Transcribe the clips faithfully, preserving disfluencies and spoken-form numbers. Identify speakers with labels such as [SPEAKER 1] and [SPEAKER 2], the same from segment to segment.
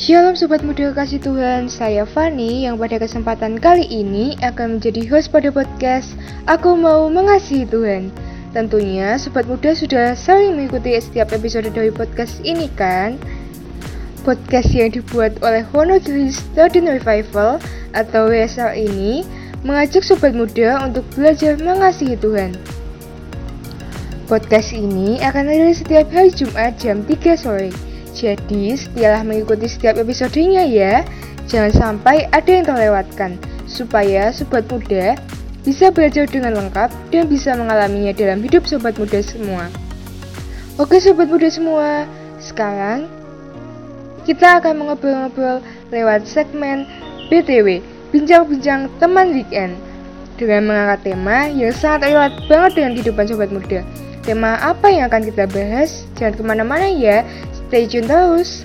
[SPEAKER 1] Shalom Sobat Muda Kasih Tuhan, saya Fani yang pada kesempatan kali ini akan menjadi host pada podcast Aku Mau Mengasihi Tuhan. Tentunya Sobat Muda sudah saling mengikuti setiap episode dari podcast ini kan? Podcast yang dibuat oleh Wonogiri Student Revival atau W S L ini mengajak Sobat Muda untuk belajar mengasihi Tuhan. Podcast ini akan rilis setiap hari Jumat jam tiga sore. Jadi, setelah mengikuti setiap episodenya ya, jangan sampai ada yang terlewatkan, supaya Sobat Muda bisa belajar dengan lengkap dan bisa mengalaminya dalam hidup Sobat Muda semua. Oke Sobat Muda semua, sekarang kita akan mengobrol-ngobrol lewat segmen B T W, Bincang-Bincang Teman Weekend, dengan mengangkat tema yang sangat relate banget dengan kehidupan Sobat Muda. Tema apa yang akan kita bahas? Jangan kemana-mana ya, stay tune terus.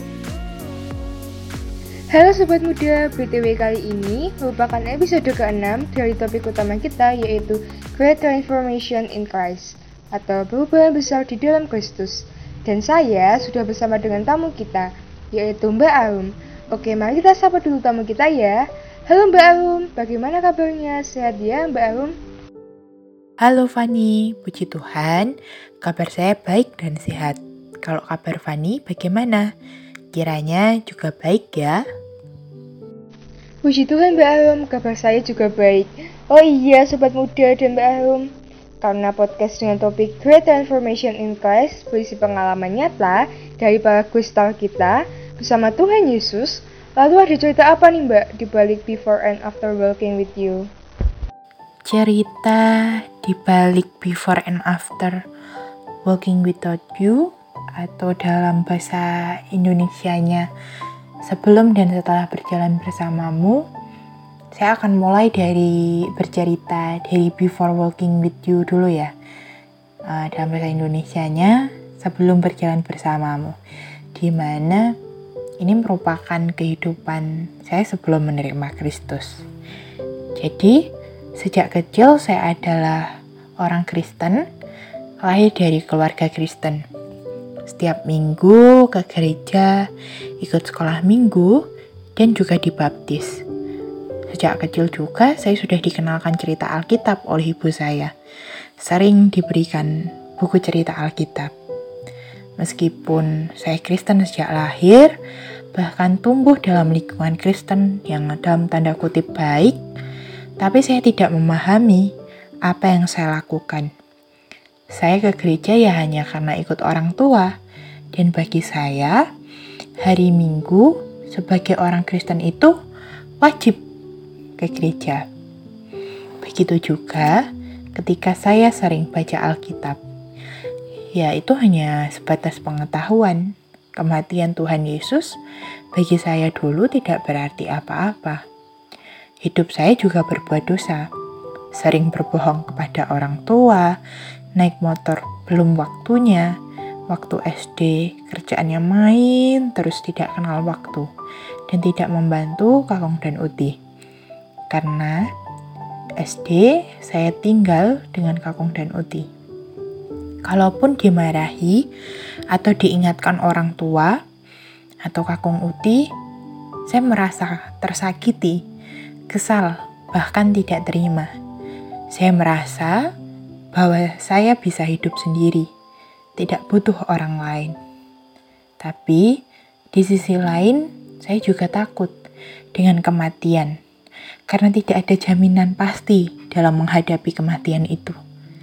[SPEAKER 1] Halo Sobat Muda, B T W kali ini merupakan episode keenam dari topik utama kita, yaitu Great Transformation in Christ atau perubahan besar di dalam Kristus. Dan saya sudah bersama dengan tamu kita, yaitu Mbak Arum. Oke, mari kita sapa dulu tamu kita ya. Halo Mbak Arum, bagaimana kabarnya? Sehat ya Mbak Arum?
[SPEAKER 2] Halo Fani, puji Tuhan, kabar saya baik dan sehat. Kalau kabar Fani bagaimana? Kiranya juga baik ya.
[SPEAKER 1] Puji Tuhan Mbak Arum, kabar saya juga baik. Oh iya Sobat Muda dan Mbak Arum, karena podcast dengan topik Great Transformation in Christ berisi pengalaman nyata dari para gustar kita bersama Tuhan Yesus. Lalu ada cerita apa nih Mbak di balik before and after walking with you?
[SPEAKER 2] Cerita di balik before and after walking without you, atau dalam bahasa Indonesianya sebelum dan setelah berjalan bersamamu. Saya akan mulai dari bercerita dari before walking with you dulu ya. Uh, dalam bahasa Indonesianya sebelum berjalan bersamamu, di mana ini merupakan kehidupan saya sebelum menerima Kristus. Jadi sejak kecil saya adalah orang Kristen, lahir dari keluarga Kristen. Setiap minggu ke gereja, ikut sekolah minggu, dan juga dibaptis. Sejak kecil juga saya sudah dikenalkan cerita Alkitab oleh ibu saya. Sering diberikan buku cerita Alkitab. Meskipun saya Kristen sejak lahir, bahkan tumbuh dalam lingkungan Kristen yang dalam tanda kutip baik, tapi saya tidak memahami apa yang saya lakukan. Saya ke gereja ya hanya karena ikut orang tua. Dan bagi saya, hari Minggu sebagai orang Kristen itu wajib ke gereja. Begitu juga ketika saya sering baca Alkitab. Ya itu hanya sebatas pengetahuan. Kematian Tuhan Yesus bagi saya dulu tidak berarti apa-apa. Hidup saya juga berbuat dosa. Sering berbohong kepada orang tua, naik motor belum waktunya, waktu S D kerjaannya main, terus tidak kenal waktu, dan tidak membantu Kakung dan Uti. Karena S D saya tinggal dengan Kakung dan Uti. Kalaupun dimarahi atau diingatkan orang tua atau Kakung Uti, saya merasa tersakiti, kesal, bahkan tidak terima. Saya merasa bahwa saya bisa hidup sendiri, tidak butuh orang lain. Tapi di sisi lain, saya juga takut dengan kematian, karena tidak ada jaminan pasti dalam menghadapi kematian itu.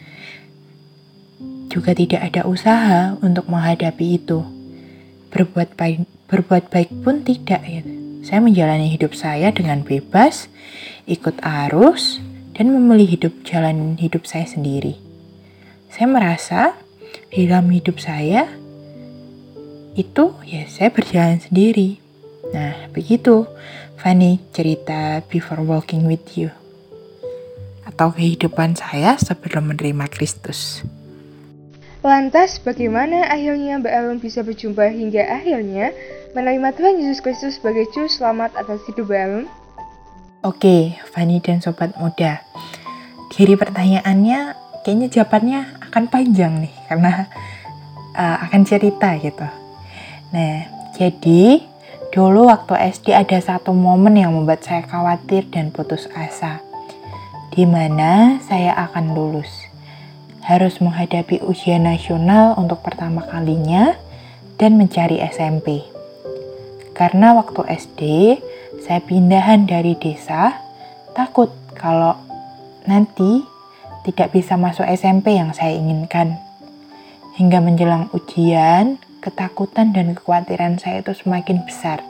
[SPEAKER 2] Juga tidak ada usaha untuk menghadapi itu. Berbuat baik, berbuat baik pun tidak. Ya. Saya menjalani hidup saya dengan bebas, ikut arus, dan memilih hidup jalan hidup saya sendiri. Saya merasa di dalam hidup saya itu ya saya berjalan sendiri. Nah begitu Fanny cerita before walking with you, atau kehidupan saya sebelum menerima Kristus.
[SPEAKER 1] Lantas bagaimana akhirnya Mbak Arum bisa berjumpa hingga akhirnya menerima Tuhan Yesus Kristus sebagai Juru Selamat atas hidup Mbak Arum?
[SPEAKER 2] Oke, Fanny dan Sobat Muda, dari pertanyaannya kayaknya jawabannya akan panjang nih, karena uh, akan cerita gitu. Nah, jadi Dulu waktu S D ada satu momen yang membuat saya khawatir dan putus asa, di mana saya akan lulus. Harus menghadapi ujian nasional untuk pertama kalinya dan mencari S M P. Karena waktu S D, saya pindahan dari desa, takut kalau nanti tidak bisa masuk S M P yang saya inginkan. Hingga menjelang ujian, ketakutan dan kekhawatiran saya itu semakin besar.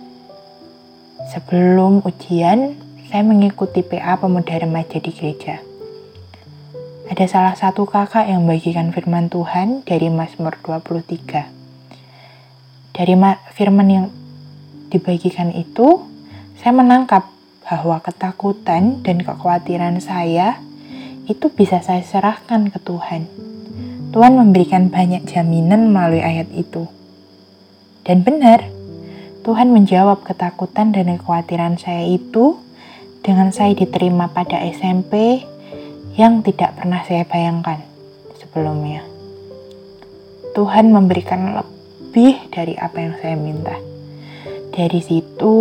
[SPEAKER 2] Sebelum ujian, saya mengikuti P A Pemuda Remaja di gereja. Ada salah satu kakak yang membagikan firman Tuhan dari Mazmur dua puluh tiga. Dari firman yang dibagikan itu, saya menangkap bahwa ketakutan dan kekhawatiran saya itu bisa saya serahkan ke Tuhan. Tuhan memberikan banyak jaminan melalui ayat itu. Dan benar, Tuhan menjawab ketakutan dan kekhawatiran saya itu dengan saya diterima pada S M P yang tidak pernah saya bayangkan sebelumnya. Tuhan memberikan lebih dari apa yang saya minta. Dari situ,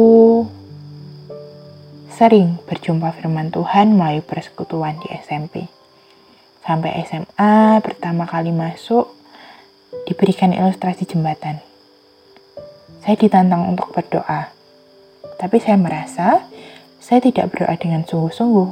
[SPEAKER 2] sering berjumpa firman Tuhan melalui persekutuan di S M P. Sampai S M A pertama kali masuk, diberikan ilustrasi jembatan. Saya ditantang untuk berdoa, tapi saya merasa saya tidak berdoa dengan sungguh-sungguh.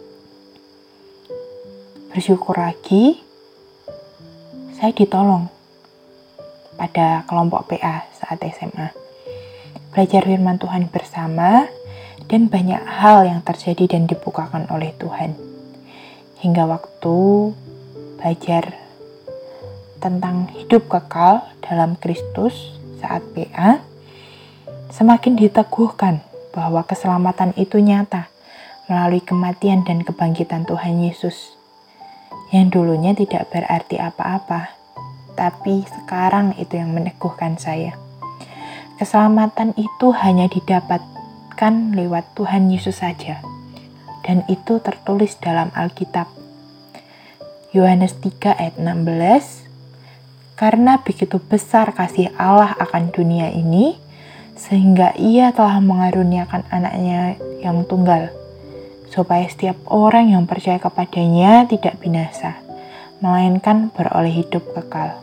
[SPEAKER 2] Bersyukur lagi, saya ditolong pada kelompok P A saat S M A. Belajar firman Tuhan bersama, dan banyak hal yang terjadi dan dibukakan oleh Tuhan. Hingga waktu belajar tentang hidup kekal dalam Kristus saat P A, semakin diteguhkan bahwa keselamatan itu nyata melalui kematian dan kebangkitan Tuhan Yesus, yang dulunya tidak berarti apa-apa, tapi sekarang itu yang meneguhkan saya. Keselamatan itu hanya didapatkan lewat Tuhan Yesus saja, dan itu tertulis dalam Alkitab. Yohanes tiga ayat enam belas, karena begitu besar kasih Allah akan dunia ini, sehingga ia telah mengaruniakan anaknya yang tunggal, supaya setiap orang yang percaya kepadanya tidak binasa, melainkan beroleh hidup kekal.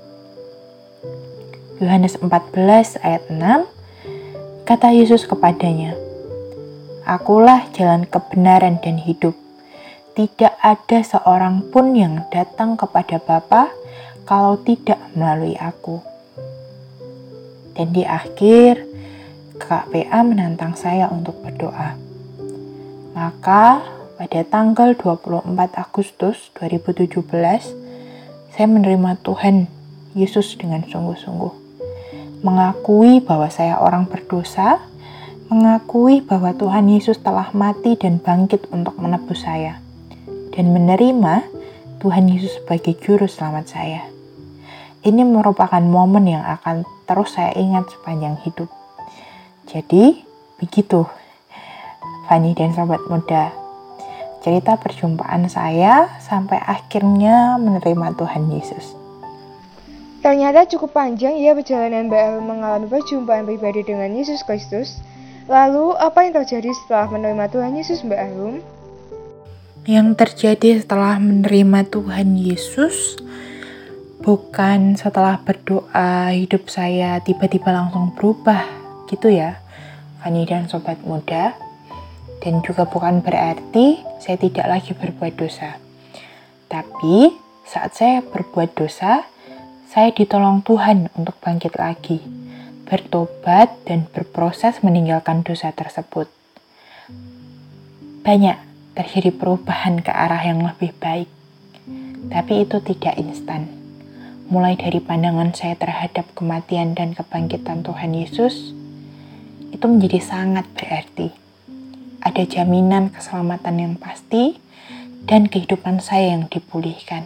[SPEAKER 2] Yohanes empat belas ayat enam, kata Yesus kepadanya, Akulah jalan kebenaran dan hidup. Tidak ada seorang pun yang datang kepada Bapa kalau tidak melalui aku. Dan di akhir, Kakak P A menantang saya untuk berdoa. Maka pada tanggal dua puluh empat Agustus dua ribu tujuh belas, saya menerima Tuhan Yesus dengan sungguh-sungguh. Mengakui bahwa saya orang berdosa, mengakui bahwa Tuhan Yesus telah mati dan bangkit untuk menebus saya, dan menerima Tuhan Yesus sebagai juru selamat saya. Ini merupakan momen yang akan terus saya ingat sepanjang hidup. Jadi, begitu, Fani dan Sobat Muda, cerita perjumpaan saya sampai akhirnya menerima Tuhan Yesus.
[SPEAKER 1] Ternyata cukup panjang ya perjalanan Mbak Arum mengalami perjumpaan pribadi dengan Yesus Kristus. Lalu, apa yang terjadi setelah menerima Tuhan Yesus, Mbak Arum?
[SPEAKER 2] Yang terjadi setelah menerima Tuhan Yesus, bukan setelah berdoa hidup saya tiba-tiba langsung berubah gitu ya, Fani dan Sobat Muda. Dan juga bukan berarti saya tidak lagi berbuat dosa. Tapi saat saya berbuat dosa, saya ditolong Tuhan untuk bangkit lagi, bertobat dan berproses meninggalkan dosa tersebut. Banyak terjadi perubahan ke arah yang lebih baik, tapi itu tidak instan. Mulai dari pandangan saya terhadap kematian dan kebangkitan Tuhan Yesus, itu menjadi sangat berarti. Ada jaminan keselamatan yang pasti dan kehidupan saya yang dipulihkan.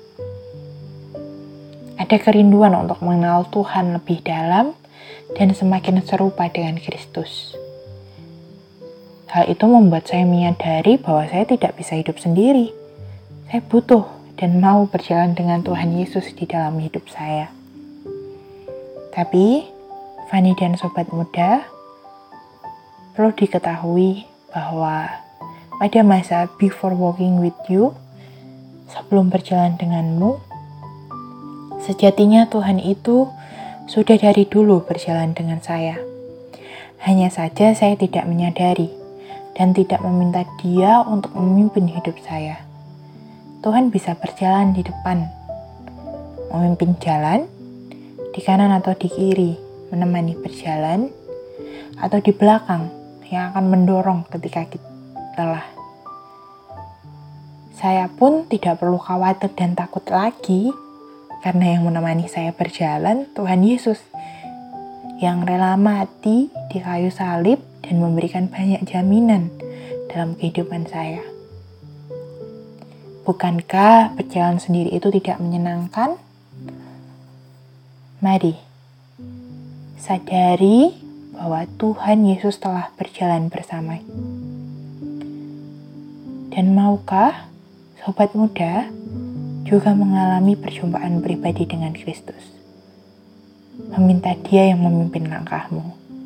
[SPEAKER 2] Ada kerinduan untuk mengenal Tuhan lebih dalam dan semakin serupa dengan Kristus. Hal itu membuat saya menyadari bahwa saya tidak bisa hidup sendiri. Saya butuh dan mau berjalan dengan Tuhan Yesus di dalam hidup saya. Tapi, Fanny dan sobat muda, perlu diketahui bahwa pada masa before walking with you, sebelum berjalan denganmu, sejatinya Tuhan itu sudah dari dulu berjalan dengan saya. Hanya saja saya tidak menyadari dan tidak meminta Dia untuk memimpin hidup saya. Tuhan bisa berjalan di depan, memimpin jalan, di kanan atau di kiri, menemani berjalan, atau di belakang yang akan mendorong ketika kita lelah. Saya pun tidak perlu khawatir dan takut lagi, karena yang menemani saya berjalan Tuhan Yesus, yang rela mati di kayu salib dan memberikan banyak jaminan dalam kehidupan saya. Bukankah berjalan sendiri itu tidak menyenangkan? Mari sadari bahwa Tuhan Yesus telah berjalan bersama. Dan maukah sobat muda juga mengalami perjumpaan pribadi dengan Kristus? Meminta Dia yang memimpin langkahmu.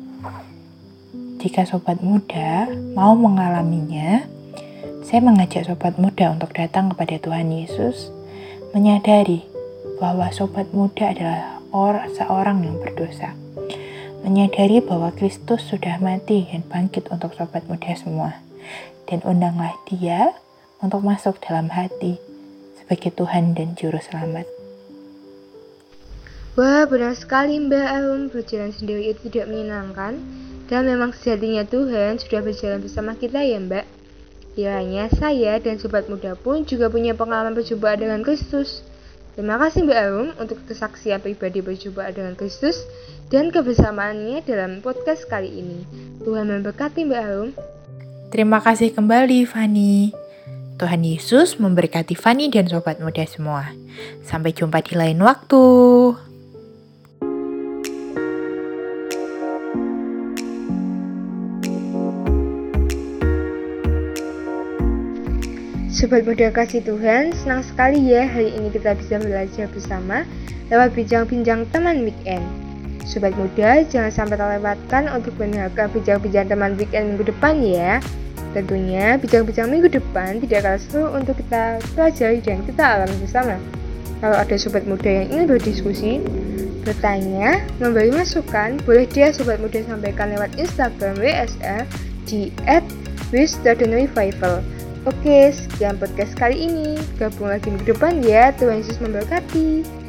[SPEAKER 2] Jika sobat muda mau mengalaminya, saya mengajak sobat muda untuk datang kepada Tuhan Yesus, menyadari bahwa sobat muda adalah or, seorang yang berdosa. Menyadari bahwa Kristus sudah mati dan bangkit untuk sobat muda semua. Dan undanglah Dia untuk masuk dalam hati sebagai Tuhan dan Juru Selamat.
[SPEAKER 1] Wah, benar sekali Mbak Arum, berjalan sendiri itu tidak menyenangkan. Dan memang sejatinya Tuhan sudah berjalan bersama kita ya Mbak. Kiranya saya dan sobat muda pun juga punya pengalaman perjumpaan dengan Kristus. Terima kasih Mbak Arum untuk kesaksian pribadi perjumpaan dengan Kristus dan kebersamaannya dalam podcast kali ini. Tuhan memberkati Mbak Arum.
[SPEAKER 2] Terima kasih kembali Fanny. Tuhan Yesus memberkati Fanny dan sobat muda semua. Sampai jumpa di lain waktu.
[SPEAKER 1] Sobat muda kasih Tuhan, senang sekali ya hari ini kita bisa belajar bersama lewat bincang-bincang teman weekend. Sobat muda, jangan sampai terlewatkan untuk mendengarkan bincang-bincang teman weekend minggu depan ya. Tentunya bincang-bincang minggu depan tidak kalah seru untuk kita pelajari dan kita alami bersama. Kalau ada sobat muda yang ingin berdiskusi, bertanya, memberi masukan, boleh dia sobat muda sampaikan lewat Instagram W S R di et wisdom revival. Oke, sekian podcast kali ini. Gabung lagi minggu depan ya. Tuhan Yesus memberkati.